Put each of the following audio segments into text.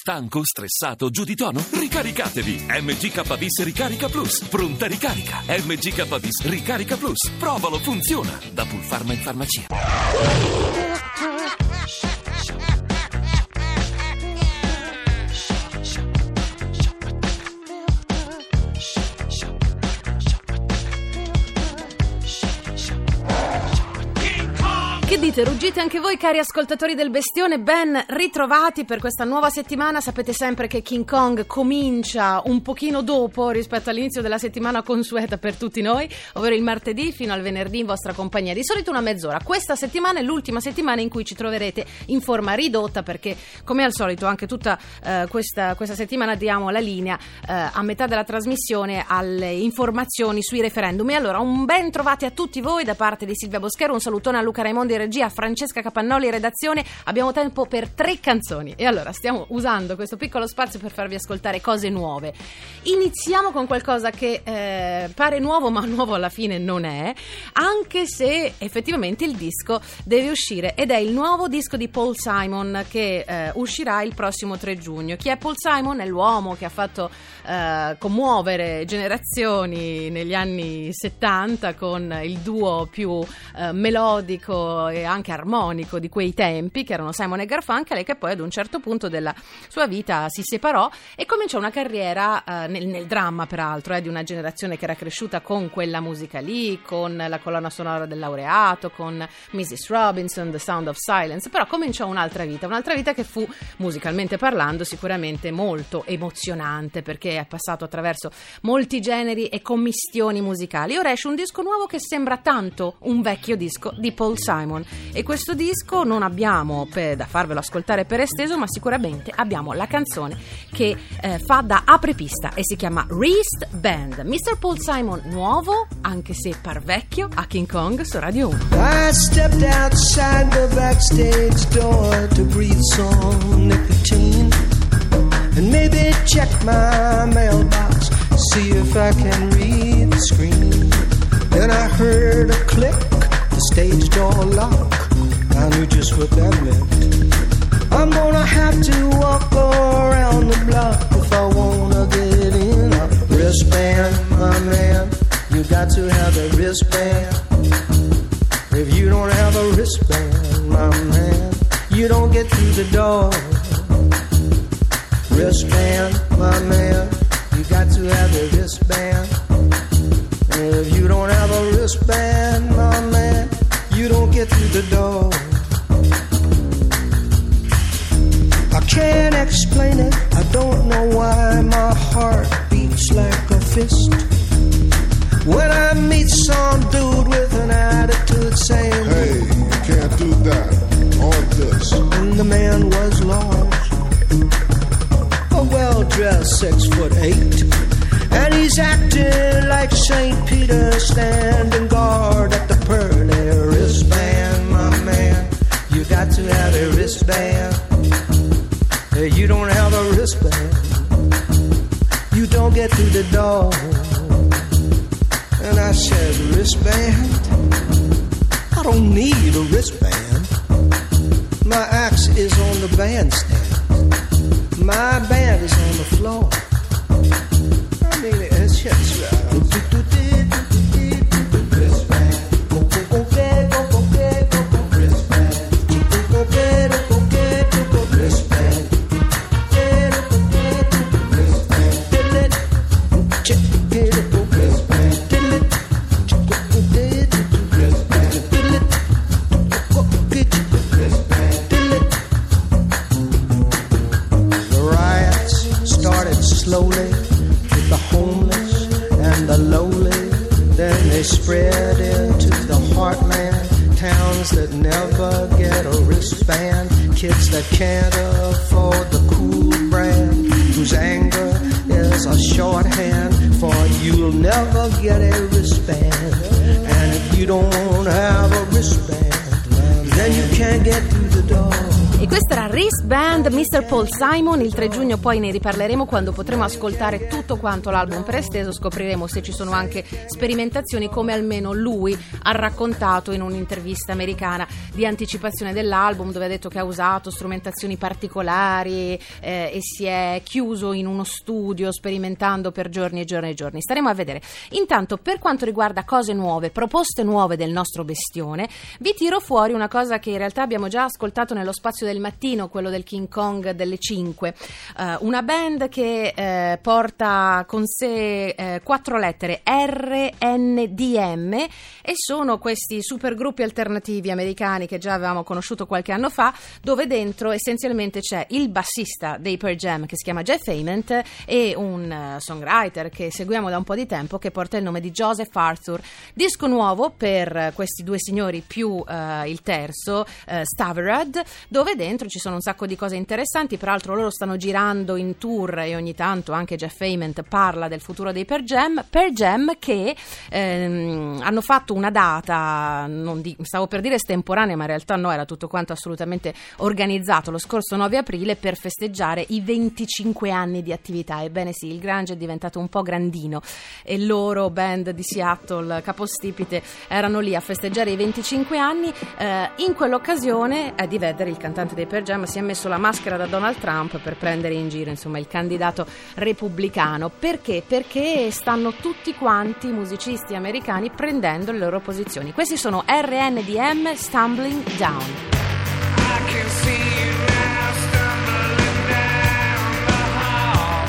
Stanco, stressato, giù di tono? Ricaricatevi! MGKBIS Ricarica Plus. Pronta ricarica. MGKBIS Ricarica Plus. Provalo, funziona. Da Pulpharma in farmacia. Che dite, ruggite anche voi, cari ascoltatori del Bestione? Ben ritrovati per questa nuova settimana. Sapete sempre che King Kong comincia un pochino dopo rispetto all'inizio della settimana consueta per tutti noi, ovvero il martedì fino al venerdì in vostra compagnia, di solito una mezz'ora. Questa settimana è l'ultima settimana in cui ci troverete in forma ridotta, perché come al solito anche tutta questa settimana diamo la linea a metà della trasmissione alle informazioni sui referendum. E allora un ben trovati a tutti voi da parte di Silvia Boschero, un salutone a Luca Raimondi regia, Francesca Capannoli redazione. Abbiamo tempo per 3 canzoni e allora stiamo usando questo piccolo spazio per farvi ascoltare cose nuove. Iniziamo con qualcosa che pare nuovo, ma nuovo alla fine non è, anche se effettivamente il disco deve uscire, ed è il nuovo disco di Paul Simon che uscirà il prossimo 3 giugno. Chi è Paul Simon? È l'uomo che ha fatto commuovere generazioni negli anni 70 con il duo più melodico e anche armonico di quei tempi, che erano Simon e Garfunkel, e che poi ad un certo punto della sua vita si separò e cominciò una carriera nel dramma, peraltro, di una generazione che era cresciuta con quella musica lì, con la colonna sonora del laureato, con Mrs. Robinson, The Sound of Silence. Però cominciò un'altra vita che fu, musicalmente parlando, sicuramente molto emozionante, perché è passato attraverso molti generi e commistioni musicali. Ora esce un disco nuovo che sembra tanto un vecchio disco di Paul Simon, e questo disco non abbiamo da farvelo ascoltare per esteso, ma sicuramente abbiamo la canzone che fa da apripista e si chiama Wristband. Mr. Paul Simon nuovo, anche se par vecchio, a King Kong su Radio 1. I stepped outside the backstage door to breathe some nicotine and maybe check my mailbox, see if I can read the screen. Then I heard a click, the stage door lock. I knew just what that meant. I'm gonna have to walk around the block if I wanna get in a wristband, my man. You got to have a wristband. If you don't have a wristband, my man, you don't get through the door. Wristband, my man, you got to have a wristband. If you don't have a wristband, my man, you don't get through the door. I can't explain it, I don't know why my heart beats like a fist when I meet some dude with an attitude saying, "Hey, you can't do that, or this." And the man was large, a well-dressed 6'8", and he's acting like St. Peter standing guard at the pearly wristband, my man. You got to have a wristband. If you don't have a wristband, you don't get through the door. And I said, wristband? I don't need a wristband. My axe is on the bandstand. My band is on the floor. I mean, it's just slowly with the homeless and the lowly. Then they spread into the heartland, towns that never get a wristband, kids that can't afford the cool brand, whose anger is a shorthand for you'll never get a wristband. And if you don't have a wristband, then you can't get through the door. E questo era Reese Band, Mr. Paul Simon. Il 3 giugno poi ne riparleremo quando potremo ascoltare tutto quanto l'album per esteso. Scopriremo se ci sono anche sperimentazioni, come almeno lui ha raccontato in un'intervista americana di anticipazione dell'album, dove ha detto che ha usato strumentazioni particolari e si è chiuso in uno studio sperimentando per giorni e giorni e giorni. Staremo a vedere. Intanto, per quanto riguarda cose nuove, proposte nuove del nostro bestione, vi tiro fuori una cosa che in realtà abbiamo già ascoltato nello spazio del mattino, quello del King Kong delle 5, una band che porta con sé 4 lettere, RNDM, e sono questi supergruppi alternativi americani che già avevamo conosciuto qualche anno fa, dove dentro essenzialmente c'è il bassista dei Pearl Jam che si chiama Jeff Ament e un songwriter che seguiamo da un po' di tempo che porta il nome di Joseph Arthur. Disco nuovo per questi due signori più il terzo, Stavrad, dove dentro ci sono un sacco di cose interessanti. Peraltro loro stanno girando in tour e ogni tanto anche Jeff Ament parla del futuro dei Pearl Jam che hanno fatto una data, stavo per dire estemporanea, ma in realtà no, era tutto quanto assolutamente organizzato lo scorso 9 aprile per festeggiare i 25 anni di attività. Ebbene sì, il grunge è diventato un po' grandino e loro, band di Seattle, capostipite, erano lì a festeggiare i 25 anni. In quell'occasione Eddie Vedder, il cantante dei Pearl Jam, si è messo la maschera da Donald Trump per prendere in giro, insomma, il candidato repubblicano. Perché? Perché stanno tutti quanti i musicisti americani prendendo le loro posizioni. Questi sono RNDM, Stumbling Down. I can see you now, stumbling down the hall.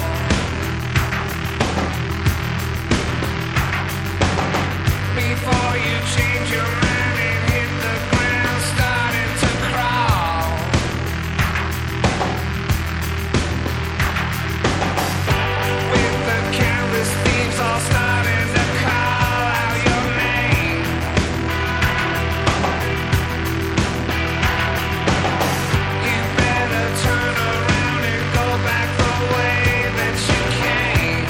Before you change your mind and hit the ground, starting to crawl. With the countless thieves all starting to call out your name. You better turn around and go back the way that you came.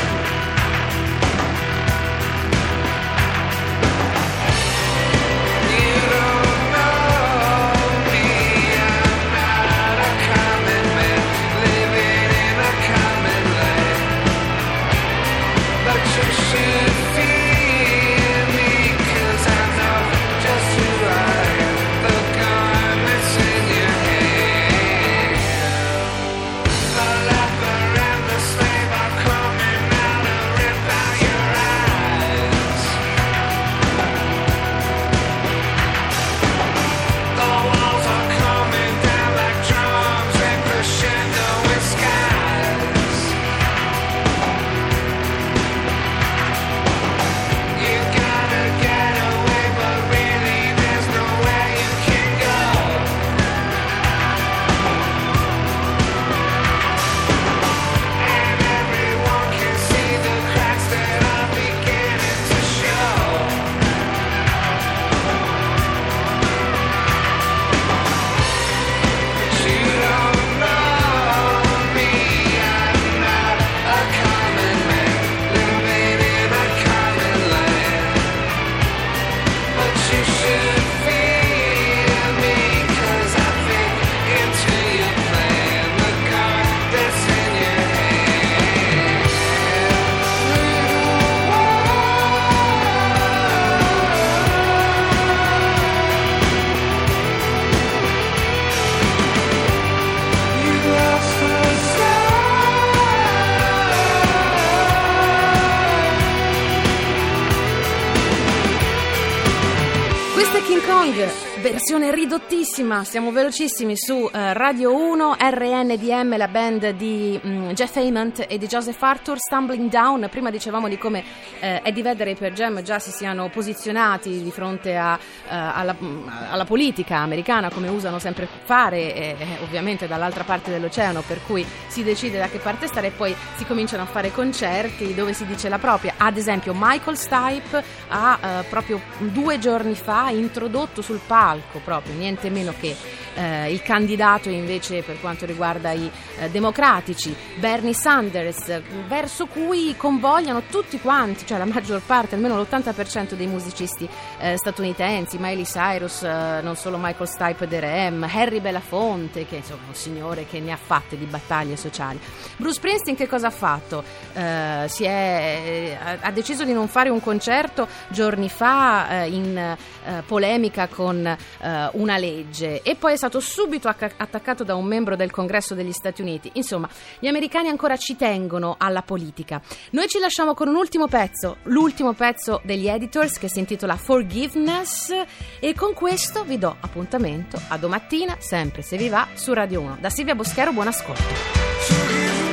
You don't know me, I'm not a common man, living in a common land. But you should fear me, 'cause I know just who I am, the gun that's in your hand. The leper and the slave are coming out and rip out your eyes. The walls are coming down like drums and crescendo in skies. You gotta get away, but really there's nowhere you can go. And everyone can see the cracks that are beginning to show. You don't know me, I'm not a common man, living in a common land. But you should fear me, 'cause I think into your plan, the gun that's in your hand. You've lost the Questo è King Kong, versione ridottissima, siamo velocissimi su Radio 1, RNDM, la band di Jeff Ament e di Joseph Arthur, Stumbling Down. Prima dicevamo di come Eddie Vedder e i Pearl Jam già si siano posizionati di fronte alla politica americana, come usano sempre fare, ovviamente dall'altra parte dell'oceano, per cui si decide da che parte stare e poi si cominciano a fare concerti dove si dice la propria. Ad esempio Michael Stipe ha proprio 2 giorni fa introdotto sul palco, proprio niente meno che il candidato invece per quanto riguarda i democratici, Bernie Sanders, verso cui convogliano tutti quanti, cioè la maggior parte, almeno l'80% dei musicisti statunitensi, Miley Cyrus, non solo Michael Stipe ed R.M., Harry Belafonte, che insomma è un signore che ne ha fatte di battaglie sociali. Bruce Springsteen che cosa ha fatto? Ha deciso di non fare un concerto giorni fa in polemica con una legge, e poi è stato subito attaccato da un membro del Congresso degli Stati Uniti. Insomma, gli americani ancora ci tengono alla politica. Noi ci lasciamo con un ultimo pezzo, l'ultimo pezzo degli Editors, che si intitola Forgiveness, e con questo vi do appuntamento a domattina, sempre se vi va, su Radio 1. Da Silvia Boschero, buon ascolto.